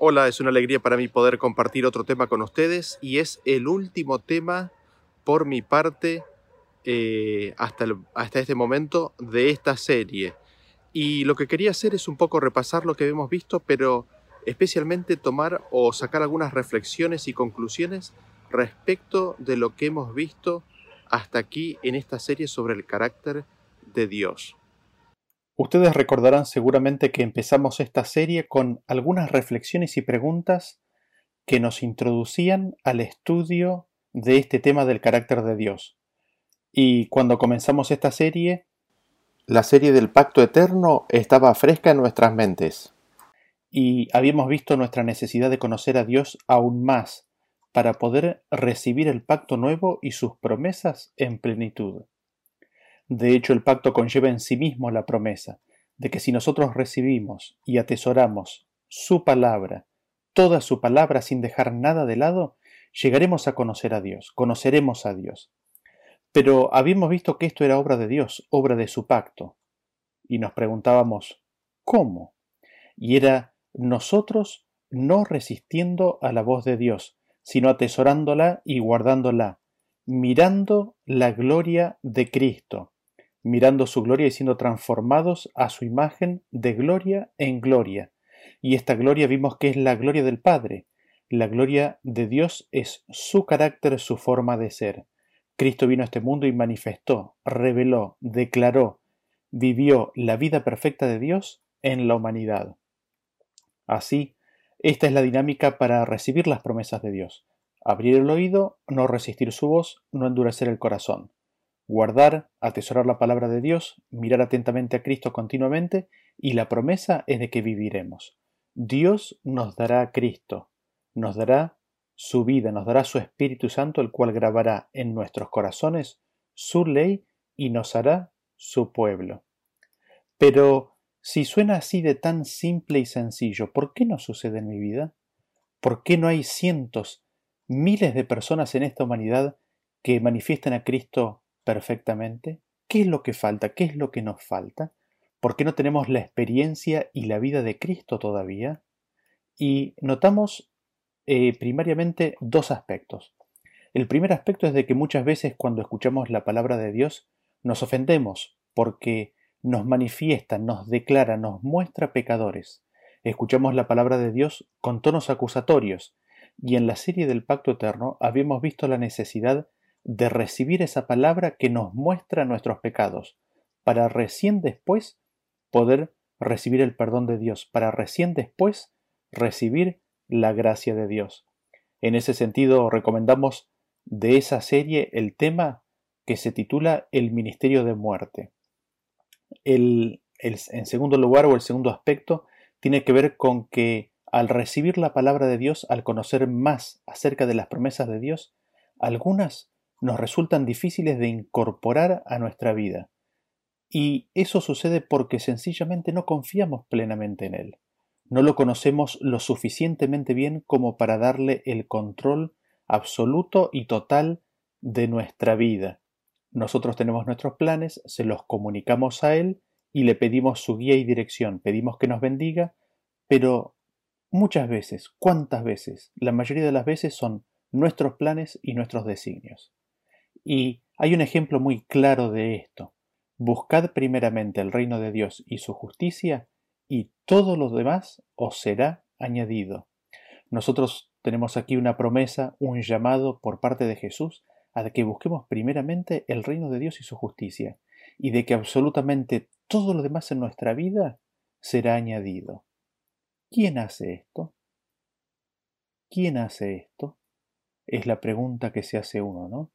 Hola, es una alegría para mí poder compartir otro tema con ustedes y es el último tema por mi parte hasta este momento de esta serie. Y lo que quería hacer es un poco repasar lo que hemos visto, pero especialmente tomar o sacar algunas reflexiones y conclusiones respecto de lo que hemos visto hasta aquí en esta serie sobre el carácter de Dios. Ustedes recordarán seguramente que empezamos esta serie con algunas reflexiones y preguntas que nos introducían al estudio de este tema del carácter de Dios. Y cuando comenzamos esta serie, la serie del pacto eterno estaba fresca en nuestras mentes. Y habíamos visto nuestra necesidad de conocer a Dios aún más para poder recibir el pacto nuevo y sus promesas en plenitud. De hecho, el pacto conlleva en sí mismo la promesa de que si nosotros recibimos y atesoramos su palabra, toda su palabra sin dejar nada de lado, llegaremos a conocer a Dios, conoceremos a Dios. Pero habíamos visto que esto era obra de Dios, obra de su pacto, y nos preguntábamos, ¿cómo? Y era nosotros no resistiendo a la voz de Dios, sino atesorándola y guardándola, mirando la gloria de Cristo, mirando su gloria y siendo transformados a su imagen de gloria en gloria. Y esta gloria vimos que es la gloria del Padre. La gloria de Dios es su carácter, su forma de ser. Cristo vino a este mundo y manifestó, reveló, declaró, vivió la vida perfecta de Dios en la humanidad. Así, esta es la dinámica para recibir las promesas de Dios. Abrir el oído, no resistir su voz, no endurecer el corazón. Guardar, atesorar la palabra de Dios, mirar atentamente a Cristo continuamente y la promesa es de que viviremos. Dios nos dará a Cristo, nos dará su vida, nos dará su Espíritu Santo, el cual grabará en nuestros corazones su ley y nos hará su pueblo. Pero si suena así de tan simple y sencillo, ¿por qué no sucede en mi vida? ¿Por qué no hay cientos, miles de personas en esta humanidad que manifiestan a Cristo perfectamente? ¿Qué es lo que falta? ¿Qué es lo que nos falta? ¿Por qué no tenemos la experiencia y la vida de Cristo todavía? Y notamos primariamente dos aspectos. El primer aspecto es de que muchas veces cuando escuchamos la palabra de Dios nos ofendemos porque nos manifiesta, nos declara, nos muestra pecadores. Escuchamos la palabra de Dios con tonos acusatorios y en la serie del Pacto Eterno habíamos visto la necesidad de recibir esa palabra que nos muestra nuestros pecados para recién después poder recibir el perdón de Dios, para recién después recibir la gracia de Dios. En ese sentido, recomendamos de esa serie el tema que se titula El Ministerio de Muerte. En segundo lugar, o el segundo aspecto, tiene que ver con que al recibir la palabra de Dios, al conocer más acerca de las promesas de Dios, algunas nos resultan difíciles de incorporar a nuestra vida. Y eso sucede porque sencillamente no confiamos plenamente en Él. No lo conocemos lo suficientemente bien como para darle el control absoluto y total de nuestra vida. Nosotros tenemos nuestros planes, se los comunicamos a Él y le pedimos su guía y dirección, pedimos que nos bendiga, pero muchas veces, ¿cuántas veces? La mayoría de las veces son nuestros planes y nuestros designios. Y hay un ejemplo muy claro de esto. Buscad primeramente el reino de Dios y su justicia, y todo lo demás os será añadido. Nosotros tenemos aquí una promesa, un llamado por parte de Jesús a que busquemos primeramente el reino de Dios y su justicia, y de que absolutamente todo lo demás en nuestra vida será añadido. ¿Quién hace esto? ¿Quién hace esto? Es la pregunta que se hace uno, ¿no?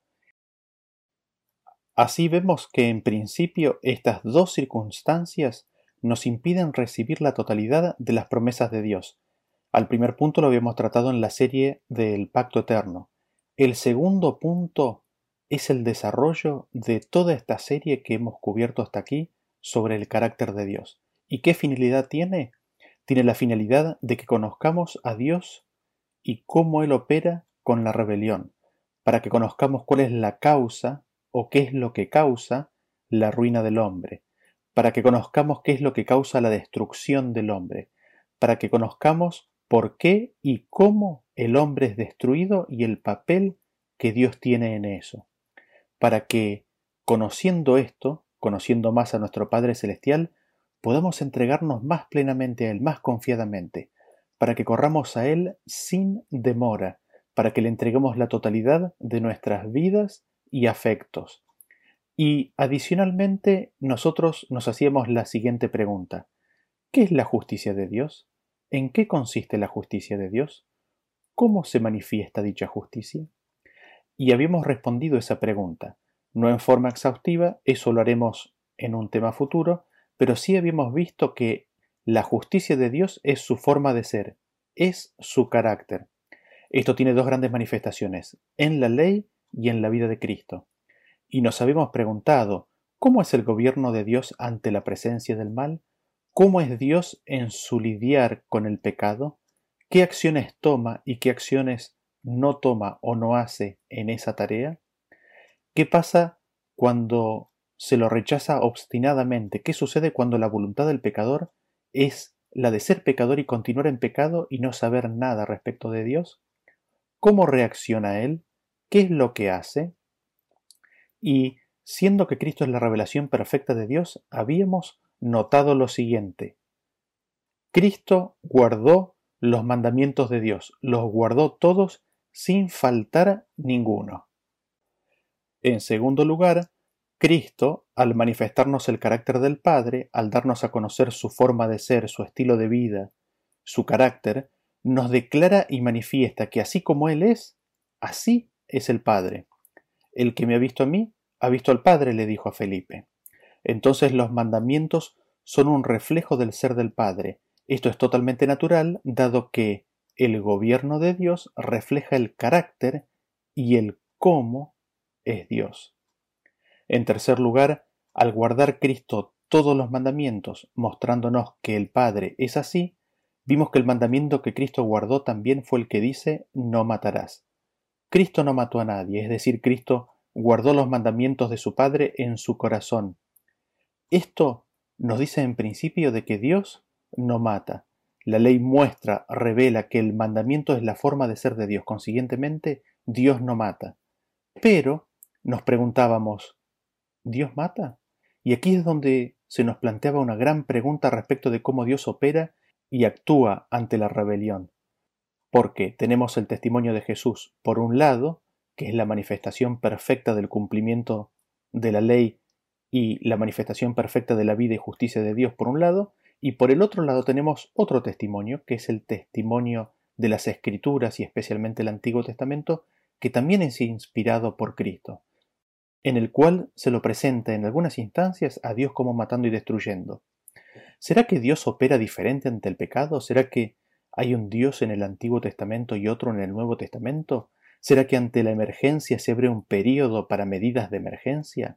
Así vemos que en principio estas dos circunstancias nos impiden recibir la totalidad de las promesas de Dios. Al primer punto lo habíamos tratado en la serie del Pacto Eterno. El segundo punto es el desarrollo de toda esta serie que hemos cubierto hasta aquí sobre el carácter de Dios. ¿Y qué finalidad tiene? Tiene la finalidad de que conozcamos a Dios y cómo Él opera con la rebelión, para que conozcamos cuál es la causa o qué es lo que causa la ruina del hombre, para que conozcamos qué es lo que causa la destrucción del hombre, para que conozcamos por qué y cómo el hombre es destruido y el papel que Dios tiene en eso, para que, conociendo esto, conociendo más a nuestro Padre Celestial, podamos entregarnos más plenamente a Él, más confiadamente, para que corramos a Él sin demora, para que le entreguemos la totalidad de nuestras vidas y afectos. Y adicionalmente, nosotros nos hacíamos la siguiente pregunta: ¿qué es la justicia de Dios? ¿En qué consiste la justicia de Dios? ¿Cómo se manifiesta dicha justicia? Y habíamos respondido esa pregunta, no en forma exhaustiva, eso lo haremos en un tema futuro, pero sí habíamos visto que la justicia de Dios es su forma de ser, es su carácter. Esto tiene dos grandes manifestaciones, en la ley y en la vida de Cristo. Y nos habíamos preguntado, ¿cómo es el gobierno de Dios ante la presencia del mal? ¿Cómo es Dios en su lidiar con el pecado? ¿Qué acciones toma y qué acciones no toma o no hace en esa tarea? ¿Qué pasa cuando se lo rechaza obstinadamente? ¿Qué sucede cuando la voluntad del pecador es la de ser pecador y continuar en pecado y no saber nada respecto de Dios? ¿Cómo reacciona él? ¿Qué es lo que hace? Y siendo que Cristo es la revelación perfecta de Dios, habíamos notado lo siguiente: Cristo guardó los mandamientos de Dios, los guardó todos sin faltar ninguno. En segundo lugar, Cristo, al manifestarnos el carácter del Padre, al darnos a conocer su forma de ser, su estilo de vida, su carácter, nos declara y manifiesta que así como Él es, así es el Padre. El que me ha visto a mí, ha visto al Padre, le dijo a Felipe. Entonces los mandamientos son un reflejo del ser del Padre. Esto es totalmente natural, dado que el gobierno de Dios refleja el carácter y el cómo es Dios. En tercer lugar, al guardar Cristo todos los mandamientos, mostrándonos que el Padre es así, vimos que el mandamiento que Cristo guardó también fue el que dice: no matarás. Cristo no mató a nadie, es decir, Cristo guardó los mandamientos de su Padre en su corazón. Esto nos dice en principio de que Dios no mata. La ley muestra, revela que el mandamiento es la forma de ser de Dios. Consiguientemente, Dios no mata. Pero nos preguntábamos, ¿Dios mata? Y aquí es donde se nos planteaba una gran pregunta respecto de cómo Dios opera y actúa ante la rebelión. Porque tenemos el testimonio de Jesús, por un lado, que es la manifestación perfecta del cumplimiento de la ley y la manifestación perfecta de la vida y justicia de Dios por un lado, y por el otro lado tenemos otro testimonio, que es el testimonio de las Escrituras y especialmente el Antiguo Testamento, que también es inspirado por Cristo, en el cual se lo presenta en algunas instancias a Dios como matando y destruyendo. ¿Será que Dios opera diferente ante el pecado? ¿Será que hay un Dios en el Antiguo Testamento y otro en el Nuevo Testamento? ¿Será que ante la emergencia se abre un período para medidas de emergencia?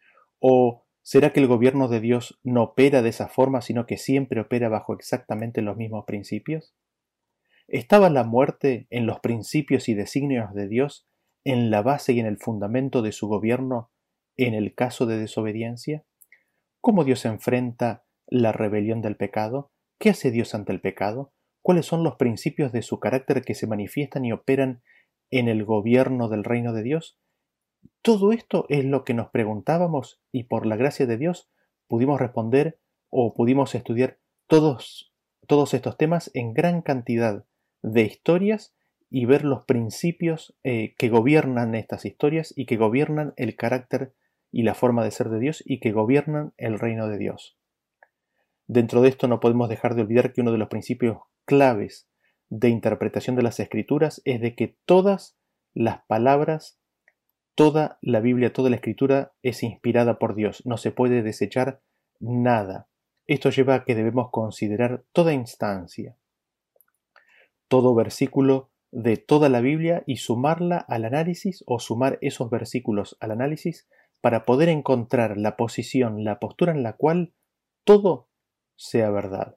¿O será que el gobierno de Dios no opera de esa forma, sino que siempre opera bajo exactamente los mismos principios? ¿Estaba la muerte en los principios y designios de Dios, en la base y en el fundamento de su gobierno, en el caso de desobediencia? ¿Cómo Dios enfrenta la rebelión del pecado? ¿Qué hace Dios ante el pecado? ¿Cuáles son los principios de su carácter que se manifiestan y operan en el gobierno del reino de Dios? Todo esto es lo que nos preguntábamos y por la gracia de Dios pudimos responder o pudimos estudiar todos estos temas en gran cantidad de historias y ver los principios que gobiernan estas historias y que gobiernan el carácter y la forma de ser de Dios y que gobiernan el reino de Dios. Dentro de esto no podemos dejar de olvidar que uno de los principios claves de interpretación de las Escrituras es de que todas las palabras, toda la Biblia, toda la Escritura es inspirada por Dios, no se puede desechar nada. Esto lleva a que debemos considerar toda instancia, todo versículo de toda la Biblia y sumarla al análisis o sumar esos versículos al análisis para poder encontrar la posición, la postura en la cual todo sea verdad.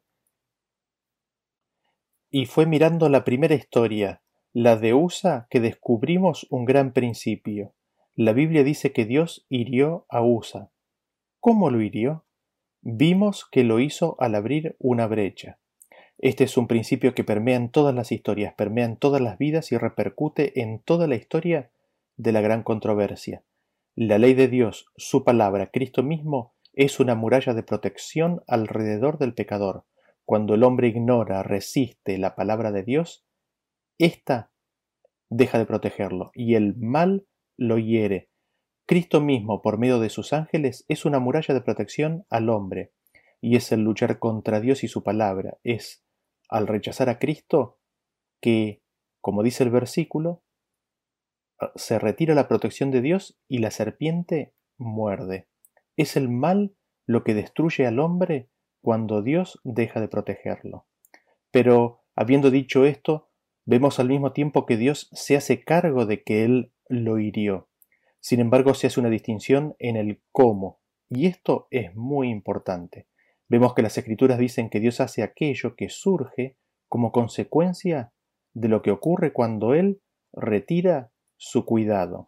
Y fue mirando la primera historia, la de Usa, que descubrimos un gran principio. La Biblia dice que Dios hirió a Usa. ¿Cómo lo hirió? Vimos que lo hizo al abrir una brecha. Este es un principio que permea en todas las historias, permea en todas las vidas y repercute en toda la historia de la gran controversia. La ley de Dios, su palabra, Cristo mismo, es una muralla de protección alrededor del pecador. Cuando el hombre ignora, resiste la palabra de Dios, ésta deja de protegerlo y el mal lo hiere. Cristo mismo, por medio de sus ángeles, es una muralla de protección al hombre, y es el luchar contra Dios y su palabra, es al rechazar a Cristo que, como dice el versículo, se retira la protección de Dios y la serpiente muerde. Es el mal lo que destruye al hombre cuando Dios deja de protegerlo. Pero, habiendo dicho esto, vemos al mismo tiempo que Dios se hace cargo de que Él lo hirió. Sin embargo, se hace una distinción en el cómo, y esto es muy importante. Vemos que las Escrituras dicen que Dios hace aquello que surge como consecuencia de lo que ocurre cuando Él retira su cuidado.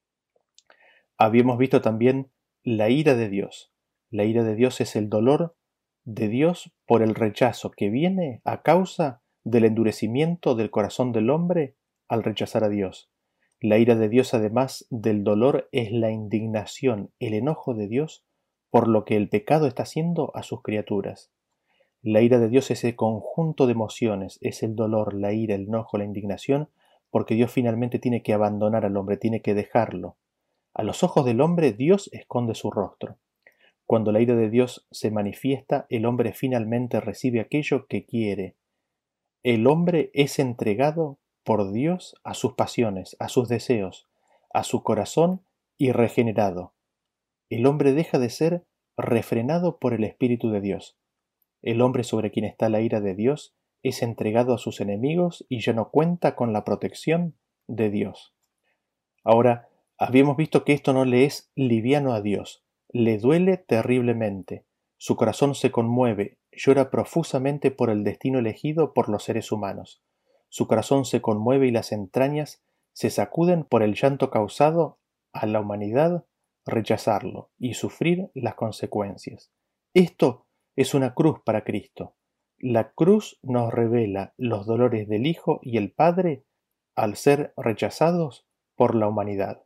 Habíamos visto también la ira de Dios. La ira de Dios es el dolor de Dios por el rechazo que viene a causa del endurecimiento del corazón del hombre al rechazar a Dios. La ira de Dios, además del dolor, es la indignación, el enojo de Dios por lo que el pecado está haciendo a sus criaturas. La ira de Dios es el conjunto de emociones, es el dolor, la ira, el enojo, la indignación, porque Dios finalmente tiene que abandonar al hombre, tiene que dejarlo. A los ojos del hombre Dios esconde su rostro. Cuando la ira de Dios se manifiesta, el hombre finalmente recibe aquello que quiere. El hombre es entregado por Dios a sus pasiones, a sus deseos, a su corazón y regenerado. El hombre deja de ser refrenado por el Espíritu de Dios. El hombre sobre quien está la ira de Dios es entregado a sus enemigos y ya no cuenta con la protección de Dios. Ahora, habíamos visto que esto no le es liviano a Dios, le duele terriblemente, su corazón se conmueve, llora profusamente por el destino elegido por los seres humanos. Su corazón se conmueve y las entrañas se sacuden por el llanto causado a la humanidad rechazarlo y sufrir las consecuencias. Esto es una cruz para Cristo. La cruz nos revela los dolores del Hijo y el Padre al ser rechazados por la humanidad.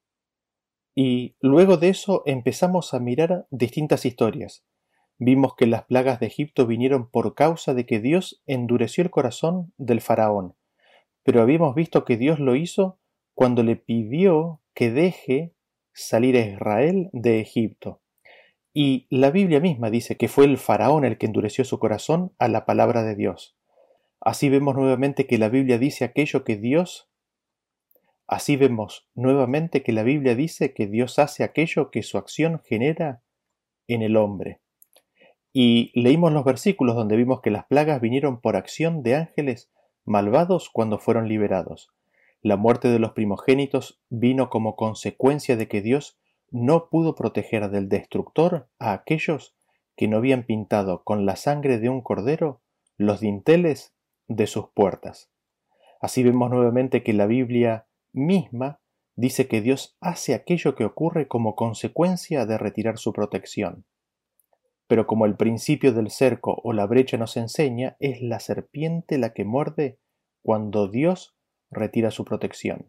Y luego de eso empezamos a mirar distintas historias. Vimos que las plagas de Egipto vinieron por causa de que Dios endureció el corazón del faraón, pero habíamos visto que Dios lo hizo cuando le pidió que deje salir a Israel de Egipto. Y la Biblia misma dice que fue el faraón el que endureció su corazón a la palabra de Dios. Así vemos nuevamente que la Biblia dice aquello que Dios Así vemos nuevamente que la Biblia dice que Dios hace aquello que su acción genera en el hombre. Y leímos los versículos donde vimos que las plagas vinieron por acción de ángeles malvados cuando fueron liberados. La muerte de los primogénitos vino como consecuencia de que Dios no pudo proteger del destructor a aquellos que no habían pintado con la sangre de un cordero los dinteles de sus puertas. Así vemos nuevamente que la Biblia misma dice que Dios hace aquello que ocurre como consecuencia de retirar su protección. Pero como el principio del cerco o la brecha nos enseña, es la serpiente la que muerde cuando Dios retira su protección.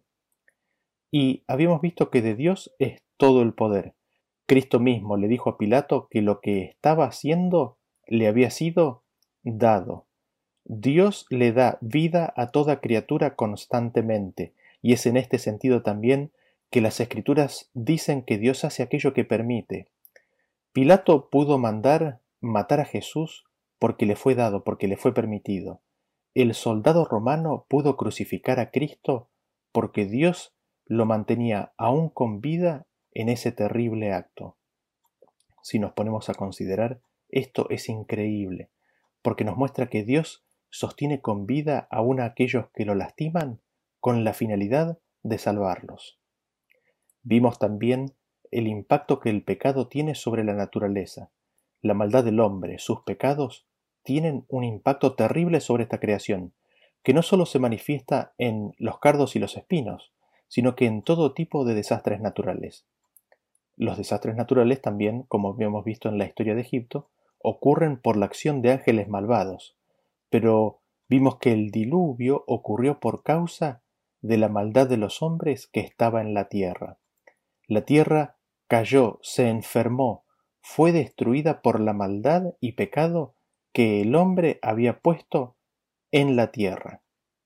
Y habíamos visto que de Dios es todo el poder. Cristo mismo le dijo a Pilato que lo que estaba haciendo le había sido dado. Dios le da vida a toda criatura constantemente, y es en este sentido también que las Escrituras dicen que Dios hace aquello que permite. Pilato pudo mandar matar a Jesús porque le fue dado, porque le fue permitido. El soldado romano pudo crucificar a Cristo porque Dios lo mantenía aún con vida en ese terrible acto. Si nos ponemos a considerar, esto es increíble, porque nos muestra que Dios sostiene con vida aún a aquellos que lo lastiman con la finalidad de salvarlos. Vimos también el impacto que el pecado tiene sobre la naturaleza. La maldad del hombre, sus pecados, tienen un impacto terrible sobre esta creación, que no solo se manifiesta en los cardos y los espinos, sino que en todo tipo de desastres naturales. Los desastres naturales también, como habíamos visto en la historia de Egipto, ocurren por la acción de ángeles malvados, pero vimos que el diluvio ocurrió por causa de la maldad de los hombres que estaba en la tierra. La tierra cayó, se enfermó, fue destruida por la maldad y pecado que el hombre había puesto en la tierra.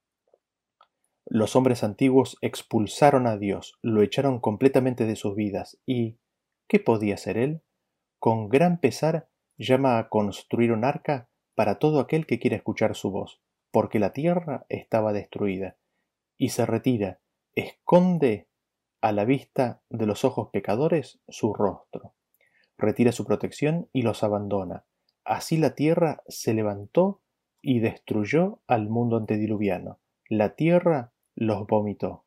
Los hombres antiguos expulsaron a Dios, lo echaron completamente de sus vidas y ¿qué podía hacer él? Con gran pesar llama a construir un arca para todo aquel que quiera escuchar su voz, porque la tierra estaba destruida, y se retira, esconde a la vista de los ojos pecadores su rostro, retira su protección y los abandona. Así la tierra se levantó y destruyó al mundo antediluviano. La tierra los vomitó.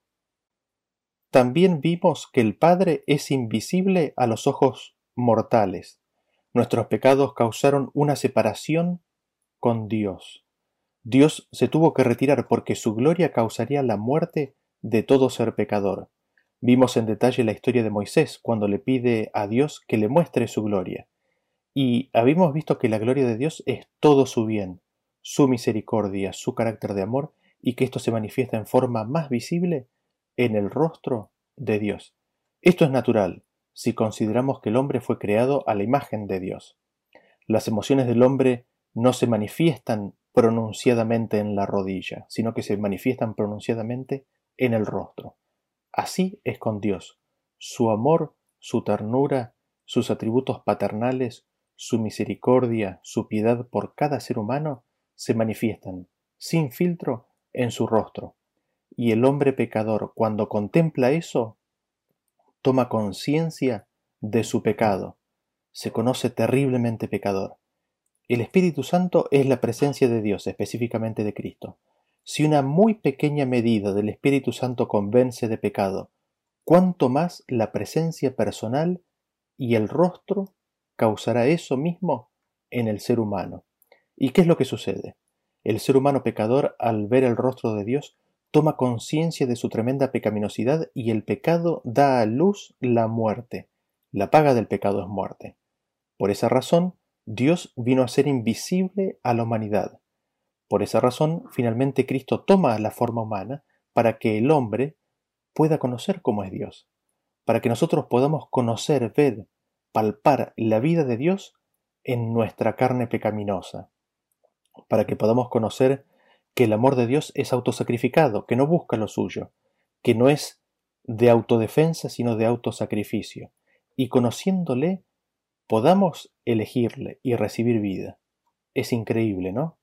También vimos que el Padre es invisible a los ojos mortales. Nuestros pecados causaron una separación con Dios. Dios se tuvo que retirar porque su gloria causaría la muerte de todo ser pecador. Vimos en detalle la historia de Moisés cuando le pide a Dios que le muestre su gloria. Y habíamos visto que la gloria de Dios es todo su bien, su misericordia, su carácter de amor, y que esto se manifiesta en forma más visible en el rostro de Dios. Esto es natural, si consideramos que el hombre fue creado a la imagen de Dios. Las emociones del hombre no se manifiestan pronunciadamente en la rodilla, sino que se manifiestan pronunciadamente en el rostro. Así es con Dios. Su amor, su ternura, sus atributos paternales, su misericordia, su piedad por cada ser humano se manifiestan, sin filtro, en su rostro. Y el hombre pecador, cuando contempla eso, toma conciencia de su pecado, se conoce terriblemente pecador. El Espíritu Santo es la presencia de Dios, específicamente de Cristo. Si una muy pequeña medida del Espíritu Santo convence de pecado, ¿cuánto más la presencia personal y el rostro causará eso mismo en el ser humano? ¿Y qué es lo que sucede? El ser humano pecador, al ver el rostro de Dios, toma conciencia de su tremenda pecaminosidad y el pecado da a luz la muerte. La paga del pecado es muerte. Por esa razón, Dios vino a ser invisible a la humanidad. Por esa razón, finalmente Cristo toma la forma humana para que el hombre pueda conocer cómo es Dios, para que nosotros podamos conocer, ver, palpar la vida de Dios en nuestra carne pecaminosa, para que podamos conocer que el amor de Dios es autosacrificado, que no busca lo suyo, que no es de autodefensa sino de autosacrificio, y conociéndole podamos elegirle y recibir vida. Es increíble, ¿no?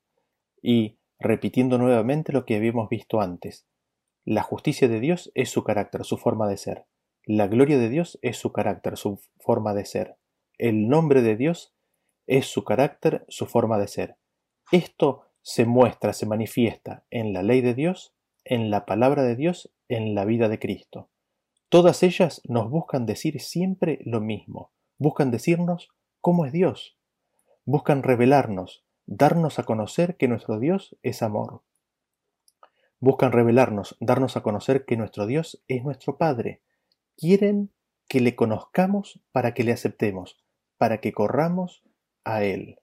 Y repitiendo nuevamente lo que habíamos visto antes, la justicia de Dios es su carácter, su forma de ser. La gloria de Dios es su carácter, su forma de ser. El nombre de Dios es su carácter, su forma de ser. Esto se muestra, se manifiesta en la ley de Dios, en la palabra de Dios, en la vida de Cristo. Todas ellas nos buscan decir siempre lo mismo. Buscan decirnos cómo es Dios. Buscan revelarnos, darnos a conocer que nuestro Dios es amor. Buscan revelarnos, darnos a conocer que nuestro Dios es nuestro Padre. Quieren que le conozcamos para que le aceptemos, para que corramos a Él.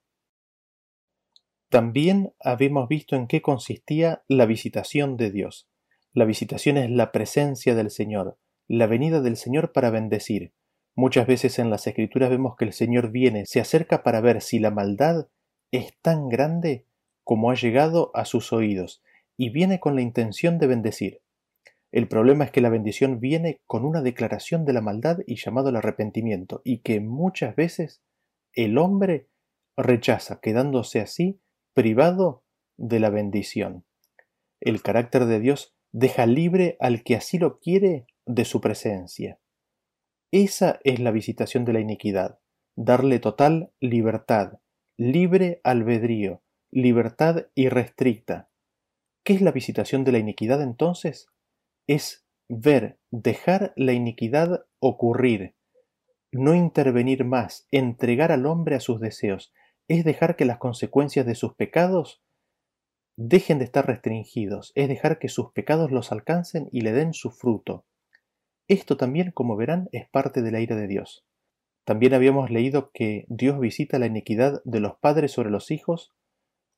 También habíamos visto en qué consistía la visitación de Dios. La visitación es la presencia del Señor, la venida del Señor para bendecir. Muchas veces en las Escrituras vemos que el Señor viene, se acerca para ver si la maldad es tan grande como ha llegado a sus oídos, y viene con la intención de bendecir. El problema es que la bendición viene con una declaración de la maldad y llamado al arrepentimiento, y que muchas veces el hombre rechaza, quedándose así privado de la bendición. El carácter de Dios deja libre al que así lo quiere de su presencia. Esa es la visitación de la iniquidad, darle total libertad, libre albedrío, libertad irrestricta. ¿Qué es la visitación de la iniquidad entonces? Es ver, dejar la iniquidad ocurrir, no intervenir más, entregar al hombre a sus deseos, es dejar que las consecuencias de sus pecados dejen de estar restringidos, es dejar que sus pecados los alcancen y le den su fruto. Esto también, como verán, es parte de la ira de Dios. También habíamos leído que Dios visita la iniquidad de los padres sobre los hijos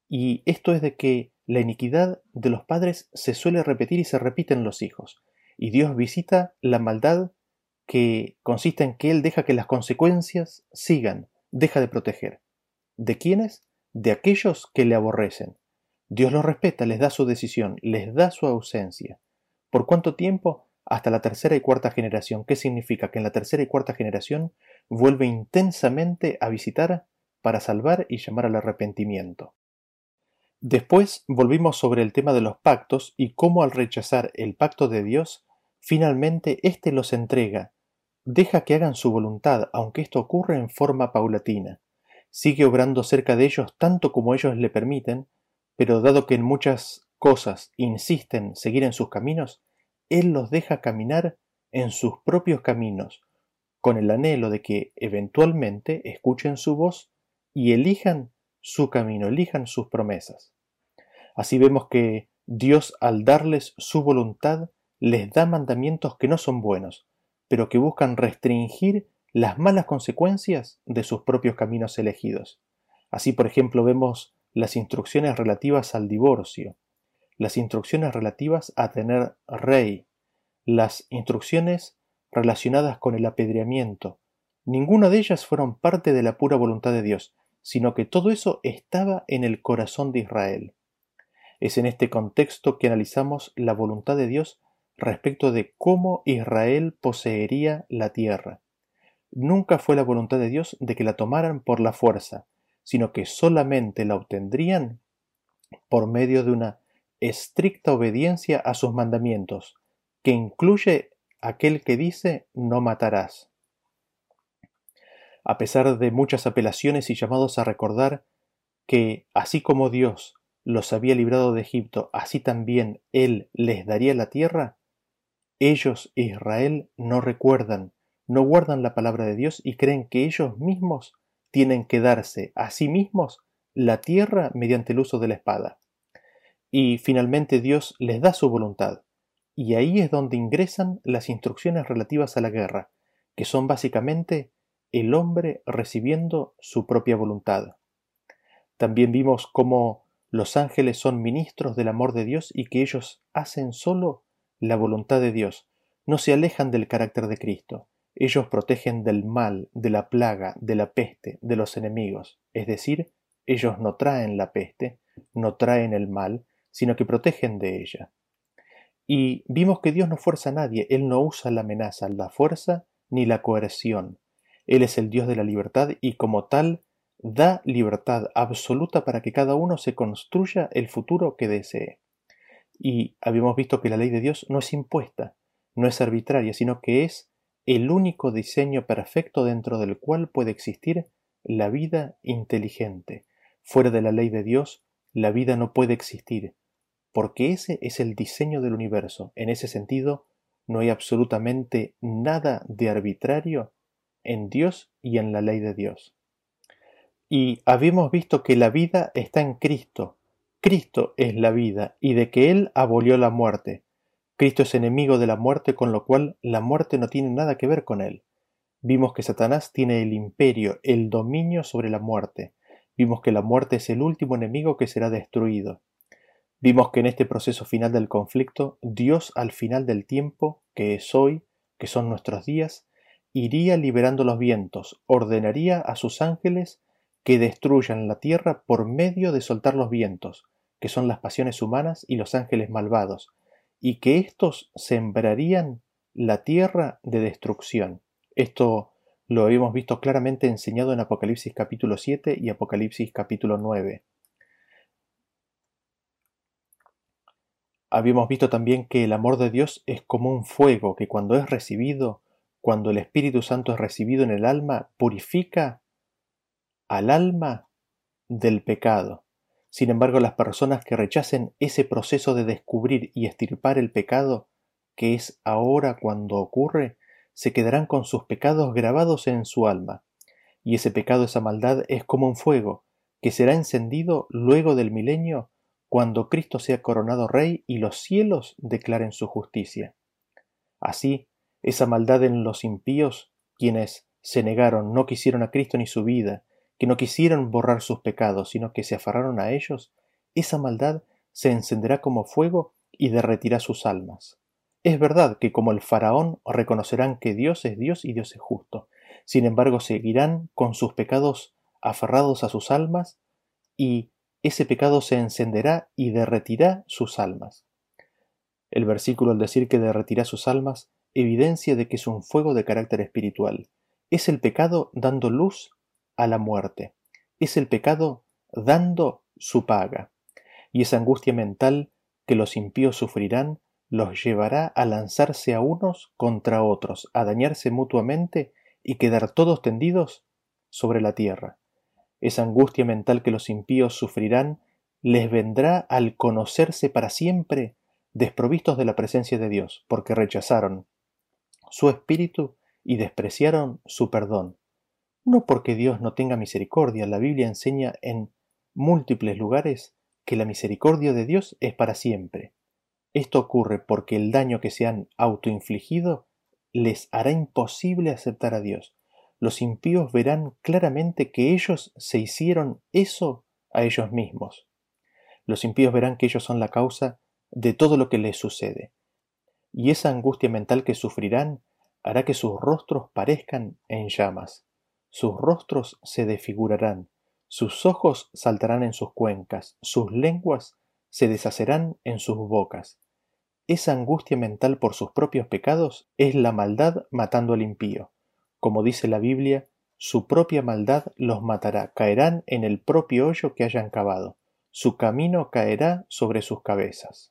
Y esto es de que la iniquidad de los padres se suele repetir y se repite en los hijos. Y Dios visita la maldad que consiste en que Él deja que las consecuencias sigan, deja de proteger. ¿De quiénes? De aquellos que le aborrecen. Dios los respeta, les da su decisión, les da su ausencia. ¿Por cuánto tiempo? Hasta la tercera y cuarta generación. ¿Qué significa? Que en la tercera y cuarta generación vuelve intensamente a visitar para salvar y llamar al arrepentimiento. Después volvimos sobre el tema de los pactos y cómo al rechazar el pacto de Dios, finalmente éste los entrega, deja que hagan su voluntad, aunque esto ocurre en forma paulatina. Sigue obrando cerca de ellos tanto como ellos le permiten, pero dado que en muchas cosas insisten seguir en sus caminos, Él los deja caminar en sus propios caminos, con el anhelo de que eventualmente escuchen su voz y elijan su camino, elijan sus promesas. Así vemos que Dios, al darles su voluntad, les da mandamientos que no son buenos, pero que buscan restringir las malas consecuencias de sus propios caminos elegidos. Así, por ejemplo, vemos las instrucciones relativas al divorcio, las instrucciones relativas a tener rey, las instrucciones relacionadas con el apedreamiento. Ninguna de ellas fueron parte de la pura voluntad de Dios, sino que todo eso estaba en el corazón de Israel. Es en este contexto que analizamos la voluntad de Dios respecto de cómo Israel poseería la tierra. Nunca fue la voluntad de Dios de que la tomaran por la fuerza, sino que solamente la obtendrían por medio de una estricta obediencia a sus mandamientos, que incluye aquel que dice no matarás. A pesar de muchas apelaciones y llamados a recordar que, así como Dios los había librado de Egipto, así también Él les daría la tierra, ellos, Israel, no recuerdan, no guardan la palabra de Dios y creen que ellos mismos tienen que darse a sí mismos la tierra mediante el uso de la espada. Y finalmente Dios les da su voluntad, y ahí es donde ingresan las instrucciones relativas a la guerra, que son básicamente el hombre recibiendo su propia voluntad. También vimos cómo los ángeles son ministros del amor de Dios y que ellos hacen solo la voluntad de Dios, no se alejan del carácter de Cristo. Ellos protegen del mal, de la plaga, de la peste, de los enemigos. Es decir, ellos no traen la peste, no traen el mal, sino que protegen de ella. Y vimos que Dios no fuerza a nadie, Él no usa la amenaza, la fuerza ni la coerción. Él es el Dios de la libertad y como tal da libertad absoluta para que cada uno se construya el futuro que desee. Y habíamos visto que la ley de Dios no es impuesta, no es arbitraria, sino que es el único diseño perfecto dentro del cual puede existir la vida inteligente. Fuera de la ley de Dios, la vida no puede existir, porque ese es el diseño del universo. En ese sentido, no hay absolutamente nada de arbitrario en Dios y en la ley de Dios. Y habíamos visto que la vida está en Cristo. Cristo es la vida y de que Él abolió la muerte. Cristo es enemigo de la muerte, con lo cual la muerte no tiene nada que ver con Él. Vimos que Satanás tiene el imperio, el dominio sobre la muerte. Vimos que la muerte es el último enemigo que será destruido. Vimos que en este proceso final del conflicto, Dios al final del tiempo, que es hoy, que son nuestros días, iría liberando los vientos, ordenaría a sus ángeles que destruyan la tierra por medio de soltar los vientos, que son las pasiones humanas y los ángeles malvados, y que éstos sembrarían la tierra de destrucción. Esto lo habíamos visto claramente enseñado en Apocalipsis capítulo 7 y Apocalipsis capítulo 9. Habíamos visto también que el amor de Dios es como un fuego que cuando es recibido, cuando el Espíritu Santo es recibido en el alma, purifica al alma del pecado. Sin embargo, las personas que rechacen ese proceso de descubrir y extirpar el pecado, que es ahora cuando ocurre, se quedarán con sus pecados grabados en su alma. Y ese pecado, esa maldad, es como un fuego, que será encendido luego del milenio, cuando Cristo sea coronado Rey y los cielos declaren su justicia. Así, esa maldad en los impíos, quienes se negaron, no quisieron a Cristo ni su vida, que no quisieron borrar sus pecados, sino que se aferraron a ellos, esa maldad se encenderá como fuego y derretirá sus almas. Es verdad que como el faraón reconocerán que Dios es Dios y Dios es justo. Sin embargo, seguirán con sus pecados aferrados a sus almas y ese pecado se encenderá y derretirá sus almas. El versículo al decir que derretirá sus almas evidencia de que es un fuego de carácter espiritual. Es el pecado dando luz a la muerte. Es el pecado dando su paga. Y esa angustia mental que los impíos sufrirán los llevará a lanzarse a unos contra otros, a dañarse mutuamente y quedar todos tendidos sobre la tierra. Esa angustia mental que los impíos sufrirán les vendrá al conocerse para siempre desprovistos de la presencia de Dios, porque rechazaron su espíritu y despreciaron su perdón. No porque Dios no tenga misericordia, la Biblia enseña en múltiples lugares que la misericordia de Dios es para siempre. Esto ocurre porque el daño que se han autoinfligido les hará imposible aceptar a Dios. Los impíos verán claramente que ellos se hicieron eso a ellos mismos. Los impíos verán que ellos son la causa de todo lo que les sucede. Y esa angustia mental que sufrirán hará que sus rostros parezcan en llamas. Sus rostros se desfigurarán, sus ojos saltarán en sus cuencas, sus lenguas se deshacerán en sus bocas. Esa angustia mental por sus propios pecados es la maldad matando al impío. Como dice la Biblia, su propia maldad los matará, caerán en el propio hoyo que hayan cavado, su camino caerá sobre sus cabezas.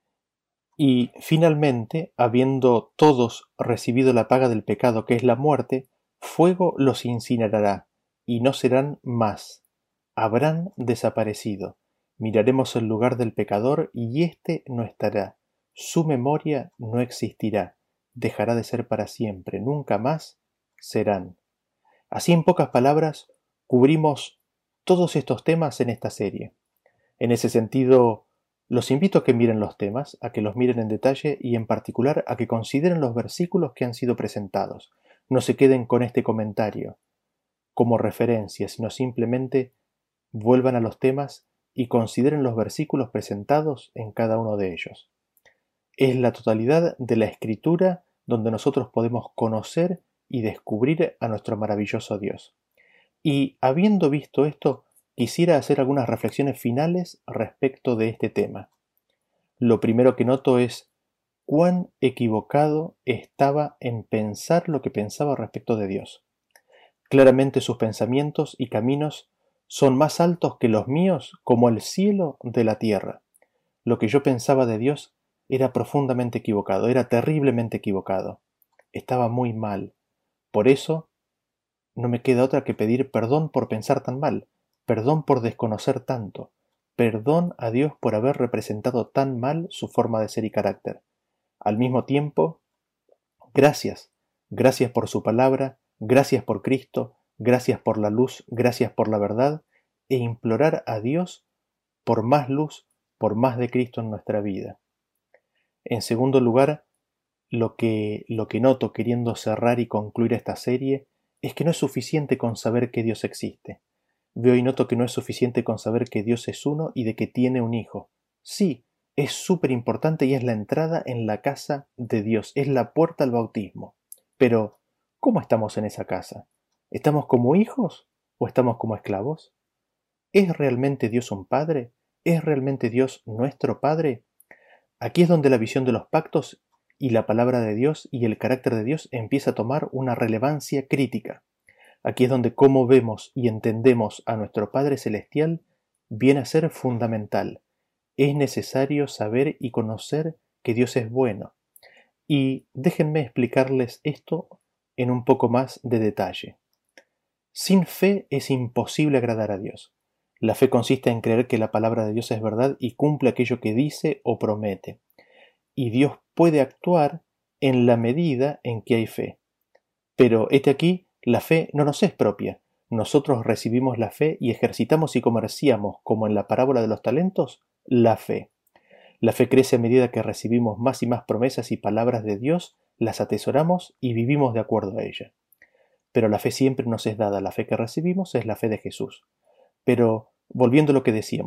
Y finalmente, habiendo todos recibido la paga del pecado que es la muerte, fuego los incinerará, y no serán más, habrán desaparecido. Miraremos el lugar del pecador, y éste no estará, su memoria no existirá, dejará de ser para siempre, nunca más serán. Así, en pocas palabras, cubrimos todos estos temas en esta serie. En ese sentido, los invito a que miren los temas, a que los miren en detalle y en particular a que consideren los versículos que han sido presentados. No se queden con este comentario como referencia, sino simplemente vuelvan a los temas y consideren los versículos presentados en cada uno de ellos. Es la totalidad de la Escritura donde nosotros podemos conocer y descubrir a nuestro maravilloso Dios. Y habiendo visto esto, quisiera hacer algunas reflexiones finales respecto de este tema. Lo primero que noto es cuán equivocado estaba en pensar lo que pensaba respecto de Dios. Claramente sus pensamientos y caminos son más altos que los míos, como el cielo de la tierra. Lo que yo pensaba de Dios era profundamente equivocado, era terriblemente equivocado. Estaba muy mal. Por eso no me queda otra que pedir perdón por pensar tan mal, perdón por desconocer tanto, perdón a Dios por haber representado tan mal su forma de ser y carácter. Al mismo tiempo, gracias por su palabra, gracias por Cristo, gracias por la luz, gracias por la verdad, e implorar a Dios por más luz, por más de Cristo en nuestra vida. En segundo lugar, lo que noto queriendo cerrar y concluir esta serie es que no es suficiente con saber que Dios existe. Veo y noto que no es suficiente con saber que Dios es uno y de que tiene un hijo. Sí, es súper importante y es la entrada en la casa de Dios, es la puerta al bautismo. Pero, ¿cómo estamos en esa casa? ¿Estamos como hijos o estamos como esclavos? ¿Es realmente Dios un Padre? ¿Es realmente Dios nuestro Padre? Aquí es donde la visión de los pactos y la palabra de Dios y el carácter de Dios empieza a tomar una relevancia crítica. Aquí es donde cómo vemos y entendemos a nuestro Padre Celestial viene a ser fundamental. Es necesario saber y conocer que Dios es bueno. Y déjenme explicarles esto en un poco más de detalle. Sin fe es imposible agradar a Dios. La fe consiste en creer que la palabra de Dios es verdad y cumple aquello que dice o promete. Y Dios puede actuar en la medida en que hay fe. Pero hete aquí, la fe no nos es propia. Nosotros recibimos la fe y ejercitamos y comerciamos, como en la parábola de los talentos, la fe. La fe crece a medida que recibimos más y más promesas y palabras de Dios, las atesoramos y vivimos de acuerdo a ella. Pero la fe siempre nos es dada, la fe que recibimos es la fe de Jesús. Pero, volviendo a lo que decíamos,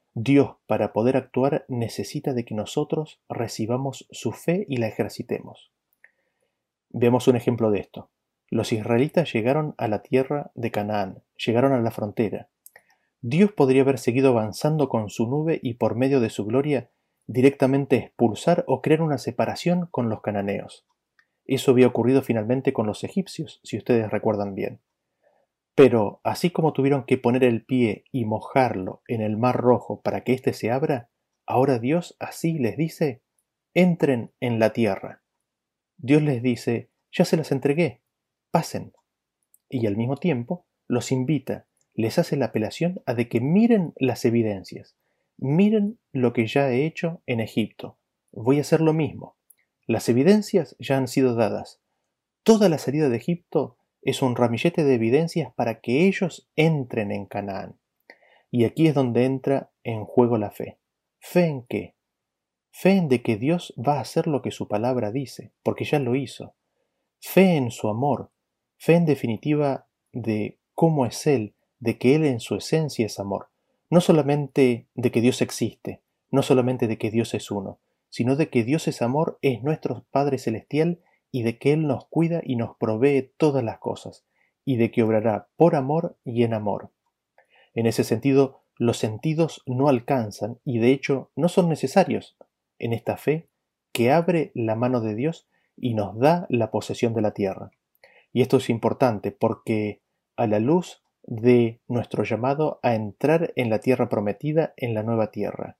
Dios, para poder actuar, necesita de que nosotros recibamos su fe y la ejercitemos. Veamos un ejemplo de esto. Los israelitas llegaron a la tierra de Canaán, llegaron a la frontera. Dios podría haber seguido avanzando con su nube y por medio de su gloria directamente expulsar o crear una separación con los cananeos. Eso había ocurrido finalmente con los egipcios, si ustedes recuerdan bien. Pero, así como tuvieron que poner el pie y mojarlo en el mar Rojo para que éste se abra, ahora Dios así les dice, entren en la tierra. Dios les dice, ya se las entregué, pasen. Y al mismo tiempo los invita, les hace la apelación a de que miren las evidencias, miren lo que ya he hecho en Egipto, voy a hacer lo mismo. Las evidencias ya han sido dadas. Toda la salida de Egipto es un ramillete de evidencias para que ellos entren en Canaán. Y aquí es donde entra en juego la fe. ¿Fe en qué? Fe en de que Dios va a hacer lo que su palabra dice, porque ya lo hizo. Fe en su amor, fe en definitiva de cómo es Él, de que Él en su esencia es amor. No solamente de que Dios existe, no solamente de que Dios es uno, sino de que Dios es amor, es nuestro Padre Celestial y de que Él nos cuida y nos provee todas las cosas, y de que obrará por amor y en amor. En ese sentido, los sentidos no alcanzan y de hecho no son necesarios en esta fe que abre la mano de Dios y nos da la posesión de la tierra. Y esto es importante porque a la luz de nuestro llamado a entrar en la tierra prometida, en la nueva tierra,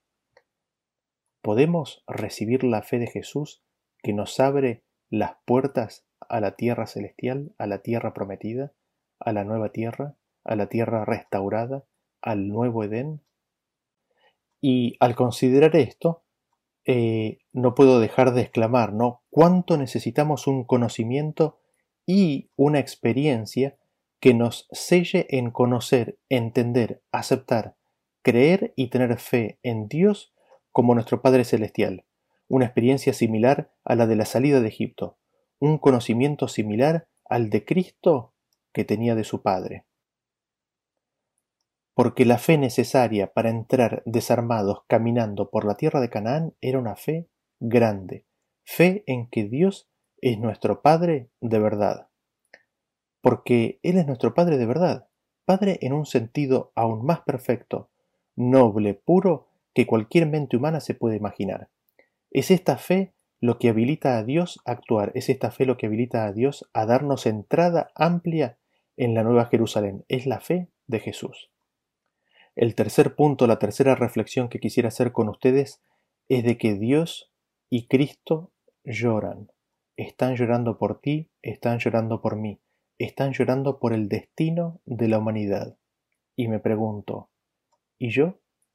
podemos recibir la fe de Jesús que nos abre las puertas a la tierra celestial, a la tierra prometida, a la nueva tierra, a la tierra restaurada, al nuevo Edén. Y al considerar esto, no puedo dejar de exclamar, ¿no? Cuánto necesitamos un conocimiento y una experiencia que nos selle en conocer, entender, aceptar, creer y tener fe en Dios como nuestro Padre Celestial. Una experiencia similar a la de la salida de Egipto. Un conocimiento similar al de Cristo que tenía de su Padre. Porque la fe necesaria para entrar desarmados caminando por la tierra de Canaán era una fe grande, fe en que Dios es nuestro Padre de verdad. Porque Él es nuestro Padre de verdad, Padre en un sentido aún más perfecto, noble, puro, que cualquier mente humana se puede imaginar. Es esta fe lo que habilita a Dios a actuar, es esta fe lo que habilita a Dios a darnos entrada amplia en la Nueva Jerusalén, es la fe de Jesús. El tercer punto, la tercera reflexión que quisiera hacer con ustedes es de que Dios y Cristo lloran. Están llorando por ti, están llorando por mí, están llorando por el destino de la humanidad. Y me pregunto, ¿y yo?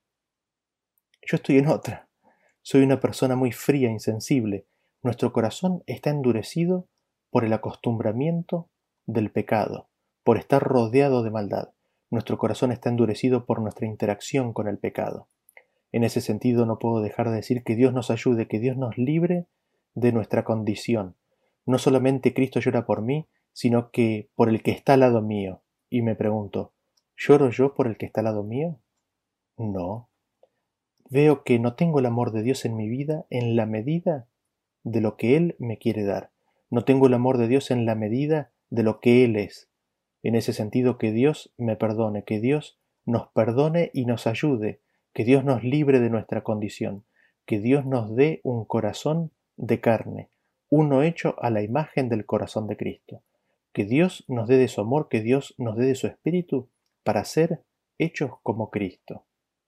Yo estoy en otra. Soy una persona muy fría, insensible. Nuestro corazón está endurecido por el acostumbramiento del pecado, por estar rodeado de maldad. Nuestro corazón está endurecido por nuestra interacción con el pecado. En ese sentido no puedo dejar de decir que Dios nos ayude, que Dios nos libre de nuestra condición. No solamente Cristo llora por mí, sino que por el que está al lado mío. Y me pregunto, ¿lloro yo por el que está al lado mío? No. Veo que no tengo el amor de Dios en mi vida en la medida de lo que Él me quiere dar. No tengo el amor de Dios en la medida de lo que Él es. En ese sentido, que Dios me perdone, que Dios nos perdone y nos ayude, que Dios nos libre de nuestra condición, que Dios nos dé un corazón de carne, uno hecho a la imagen del corazón de Cristo. Que Dios nos dé de su amor, que Dios nos dé de su espíritu para ser hechos como Cristo.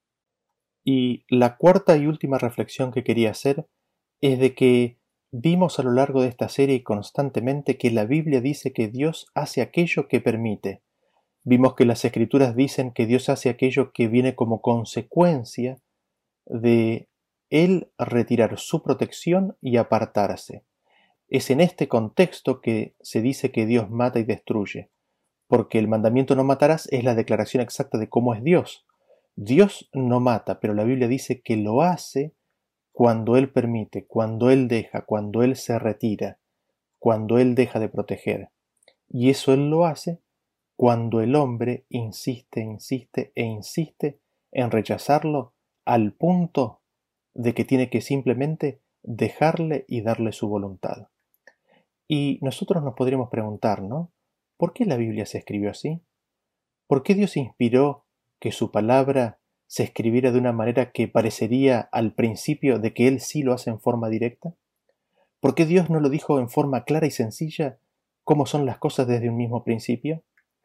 Y la cuarta y última reflexión que quería hacer es de que vimos a lo largo de esta serie constantemente que la Biblia dice que Dios hace aquello que permite. Vimos que las Escrituras dicen que Dios hace aquello que viene como consecuencia de Él retirar su protección y apartarse. Es en este contexto que se dice que Dios mata y destruye, porque el mandamiento no matarás es la declaración exacta de cómo es Dios. Dios no mata, pero la Biblia dice que lo hace cuando Él permite, cuando Él deja, cuando Él se retira, cuando Él deja de proteger. Y eso Él lo hace cuando el hombre insiste, insiste e insiste en rechazarlo al punto de que tiene que simplemente dejarle y darle su voluntad. Y nosotros nos podríamos preguntar, ¿no? ¿Por qué la Biblia se escribió así? ¿Por qué Dios inspiró que su palabra se escribiera de una manera que parecería al principio de que Él sí lo hace en forma directa? ¿Por qué Dios no lo dijo en forma clara y sencilla cómo son las cosas desde un mismo principio?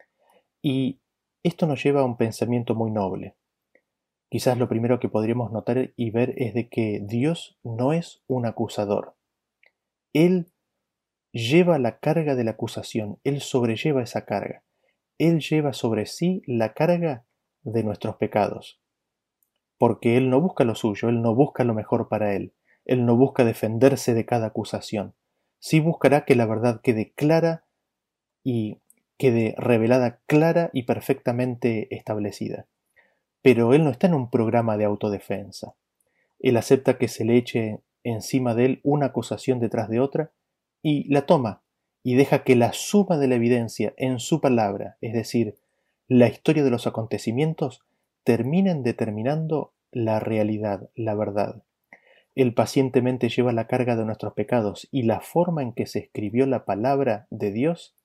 Y esto nos lleva a un pensamiento muy noble. Quizás lo primero que podríamos notar y ver es de que Dios no es un acusador. Él lleva la carga de la acusación, Él sobrelleva esa carga. Él lleva sobre sí la carga de nuestros pecados, porque Él no busca lo suyo, Él no busca lo mejor para Él no busca defenderse de cada acusación. Sí buscará que la verdad quede clara y quede revelada clara y perfectamente establecida. Pero Él no está en un programa de autodefensa. Él acepta que se le eche encima de Él una acusación detrás de otra y la toma y deja que la suma de la evidencia en su palabra, es decir, la historia de los acontecimientos, terminen determinando la realidad, la verdad. Él pacientemente lleva la carga de nuestros pecados y la forma en que se escribió la palabra de Dios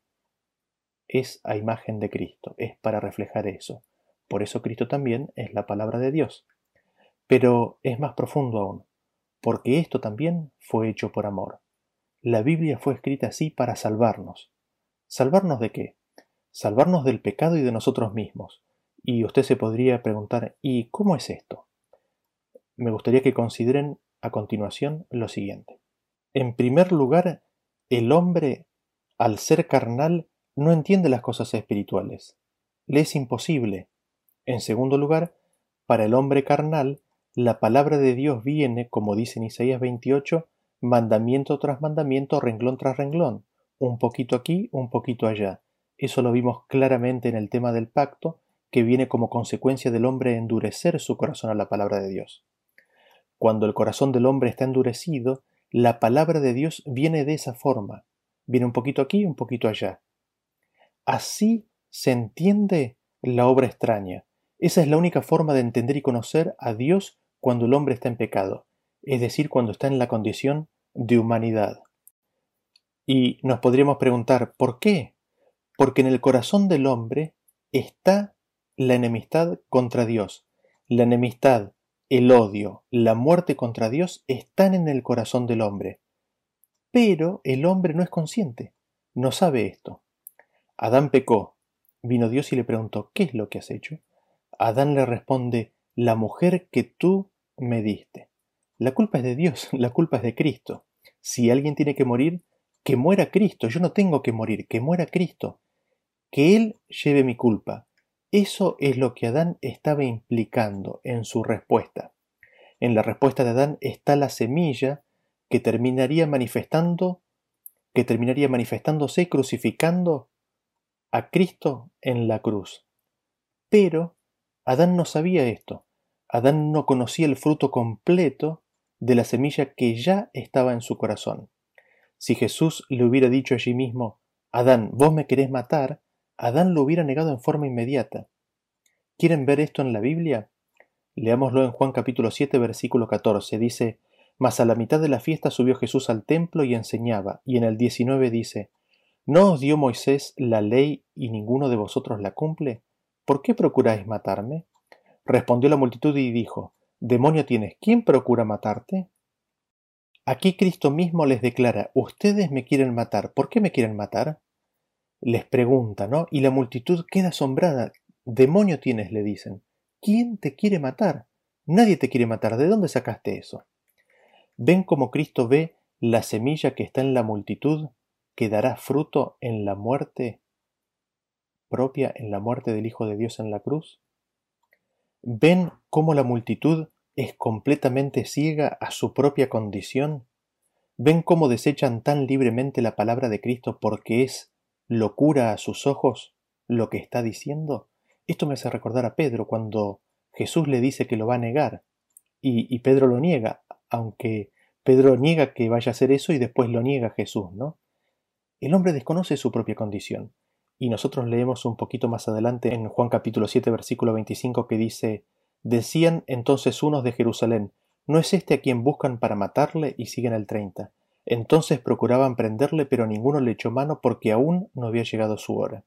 es a imagen de Cristo, es para reflejar eso. Por eso Cristo también es la palabra de Dios. Pero es más profundo aún, porque esto también fue hecho por amor. La Biblia fue escrita así para salvarnos. ¿Salvarnos de qué? Salvarnos del pecado y de nosotros mismos. Y usted se podría preguntar, ¿y cómo es esto? Me gustaría que consideren a continuación lo siguiente. En primer lugar, el hombre, al ser carnal, no entiende las cosas espirituales. Le es imposible. En segundo lugar, para el hombre carnal, la palabra de Dios viene, como dice en Isaías 28, mandamiento tras mandamiento, renglón tras renglón, un poquito aquí, un poquito allá. Eso lo vimos claramente en el tema del pacto, que viene como consecuencia del hombre endurecer su corazón a la palabra de Dios. Cuando el corazón del hombre está endurecido, la palabra de Dios viene de esa forma. Viene un poquito aquí, un poquito allá. Así se entiende la obra extraña. Esa es la única forma de entender y conocer a Dios cuando el hombre está en pecado, es decir, cuando está en la condición de humanidad. Y nos podríamos preguntar, ¿por qué? Porque en el corazón del hombre está la enemistad contra Dios. La enemistad, el odio, la muerte contra Dios están en el corazón del hombre. Pero el hombre no es consciente, no sabe esto. Adán pecó. Vino Dios y le preguntó, ¿qué es lo que has hecho? Adán le responde, la mujer que tú me diste. La culpa es de Dios, la culpa es de Cristo. Si alguien tiene que morir, que muera Cristo. Yo no tengo que morir, que muera Cristo. Que Él lleve mi culpa. Eso es lo que Adán estaba implicando en su respuesta. En la respuesta de Adán está la semilla que terminaría manifestándose crucificando a Cristo en la cruz. Pero Adán no sabía esto. Adán no conocía el fruto completo de la semilla que ya estaba en su corazón. Si Jesús le hubiera dicho allí mismo, Adán, vos me querés matar, Adán lo hubiera negado en forma inmediata. ¿Quieren ver esto en la Biblia? Leámoslo en Juan capítulo 7, versículo 14. Dice, mas a la mitad de la fiesta subió Jesús al templo y enseñaba. Y en el 19 dice, ¿no os dio Moisés la ley y ninguno de vosotros la cumple? ¿Por qué procuráis matarme? Respondió la multitud y dijo, Demonio tienes, ¿quién procura matarte? Aquí Cristo mismo les declara, ustedes me quieren matar, ¿por qué me quieren matar? Les pregunta, ¿no? Y la multitud queda asombrada. Demonio tienes, le dicen. ¿Quién te quiere matar? Nadie te quiere matar. ¿De dónde sacaste eso? ¿Ven cómo Cristo ve la semilla que está en la multitud que dará fruto en la muerte propia, en la muerte del Hijo de Dios en la cruz? ¿Ven cómo la multitud es completamente ciega a su propia condición? ¿Ven cómo desechan tan libremente la palabra de Cristo porque es locura a sus ojos lo que está diciendo? Esto me hace recordar a Pedro cuando Jesús le dice que lo va a negar y Pedro lo niega, aunque Pedro niega que vaya a hacer eso y después lo niega Jesús, ¿no? El hombre desconoce su propia condición. Y nosotros leemos un poquito más adelante en Juan capítulo 7 versículo 25 que dice, Decían entonces unos de Jerusalén: ¿no es este a quien buscan para matarle? Y siguen el 30. Entonces procuraban prenderle, pero ninguno le echó mano porque aún no había llegado su hora.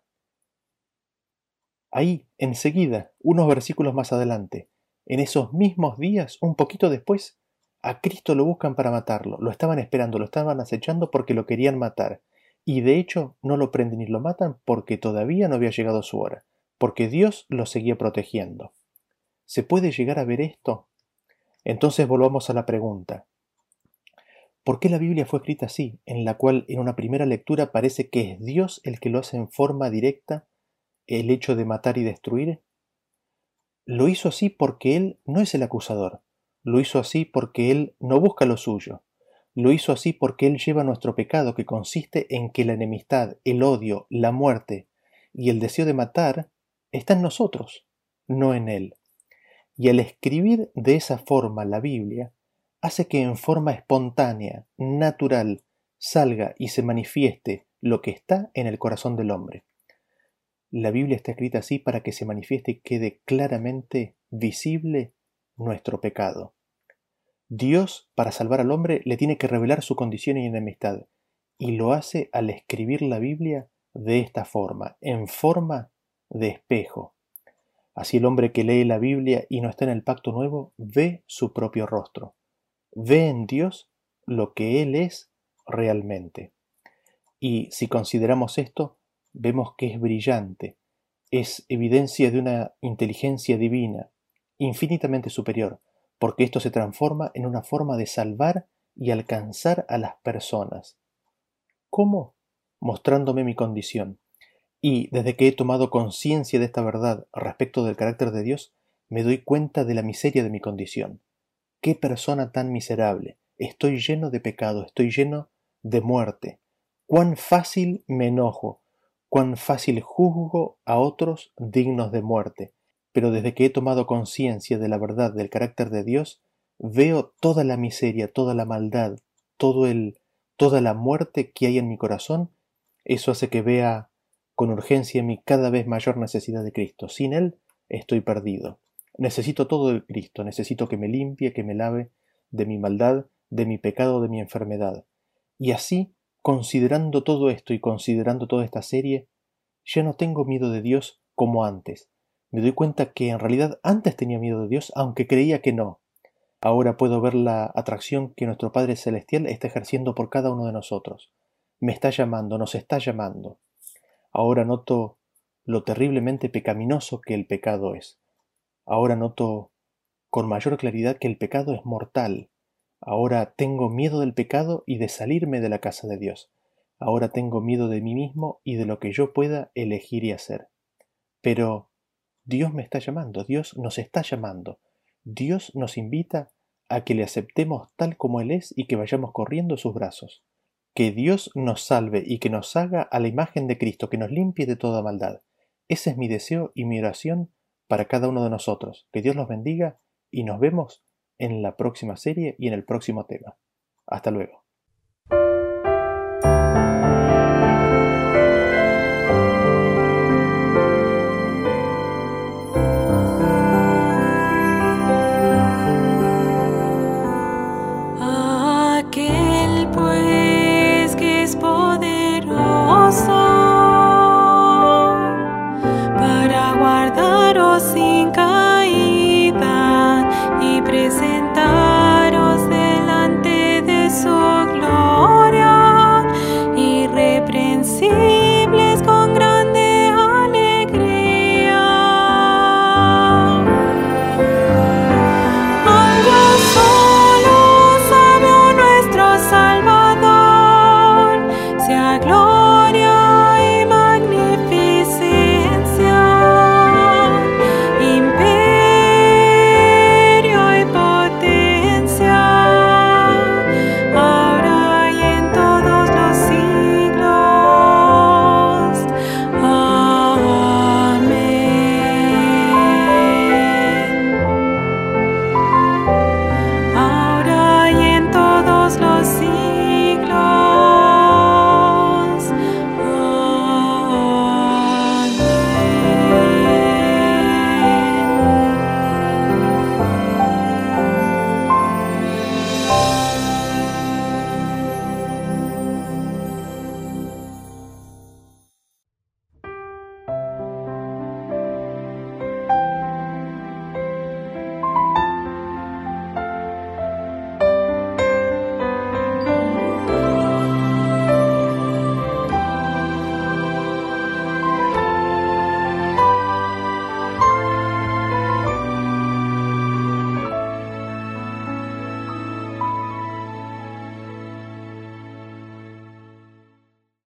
Ahí, enseguida, unos versículos más adelante, en esos mismos días, un poquito después, a Cristo lo buscan para matarlo. Lo estaban esperando, lo estaban acechando porque lo querían matar. Y de hecho no lo prenden ni lo matan porque todavía no había llegado su hora, porque Dios lo seguía protegiendo. ¿Se puede llegar a ver esto? Entonces volvamos a la pregunta. ¿Por qué la Biblia fue escrita así, en la cual en una primera lectura parece que es Dios el que lo hace en forma directa, el hecho de matar y destruir? Lo hizo así porque Él no es el acusador. Lo hizo así porque Él no busca lo suyo. Lo hizo así porque Él lleva nuestro pecado, que consiste en que la enemistad, el odio, la muerte y el deseo de matar está en nosotros, no en Él. Y al escribir de esa forma la Biblia, hace que en forma espontánea, natural, salga y se manifieste lo que está en el corazón del hombre. La Biblia está escrita así para que se manifieste y quede claramente visible nuestro pecado. Dios, para salvar al hombre, le tiene que revelar su condición y enemistad, y lo hace al escribir la Biblia de esta forma, en forma de espejo. Así el hombre que lee la Biblia y no está en el pacto nuevo ve su propio rostro, ve en Dios lo que Él es realmente. Y si consideramos esto, vemos que es brillante, es evidencia de una inteligencia divina, infinitamente superior, porque esto se transforma en una forma de salvar y alcanzar a las personas. ¿Cómo? Mostrándome mi condición. Y desde que he tomado conciencia de esta verdad respecto del carácter de Dios, me doy cuenta de la miseria de mi condición. ¡Qué persona tan miserable! Estoy lleno de pecado, estoy lleno de muerte. Cuán fácil me enojo, cuán fácil juzgo a otros dignos de muerte. Pero desde que he tomado conciencia de la verdad del carácter de Dios, veo toda la miseria, toda la maldad, toda la muerte que hay en mi corazón. Eso hace que vea con urgencia mi cada vez mayor necesidad de Cristo. Sin Él estoy perdido. Necesito todo de Cristo, necesito que me limpie, que me lave de mi maldad, de mi pecado, de mi enfermedad. Y así, considerando todo esto y considerando toda esta serie, ya no tengo miedo de Dios como antes. Me doy cuenta que en realidad antes tenía miedo de Dios, aunque creía que no. Ahora puedo ver la atracción que nuestro Padre Celestial está ejerciendo por cada uno de nosotros. Me está llamando, nos está llamando. Ahora noto lo terriblemente pecaminoso que el pecado es. Ahora noto con mayor claridad que el pecado es mortal. Ahora tengo miedo del pecado y de salirme de la casa de Dios. Ahora tengo miedo de mí mismo y de lo que yo pueda elegir y hacer. Pero Dios me está llamando, Dios nos está llamando. Dios nos invita a que le aceptemos tal como Él es y que vayamos corriendo a sus brazos. Que Dios nos salve y que nos haga a la imagen de Cristo, que nos limpie de toda maldad. Ese es mi deseo y mi oración para cada uno de nosotros. Que Dios los bendiga y nos vemos en la próxima serie y en el próximo tema. Hasta luego. Aquel pueblo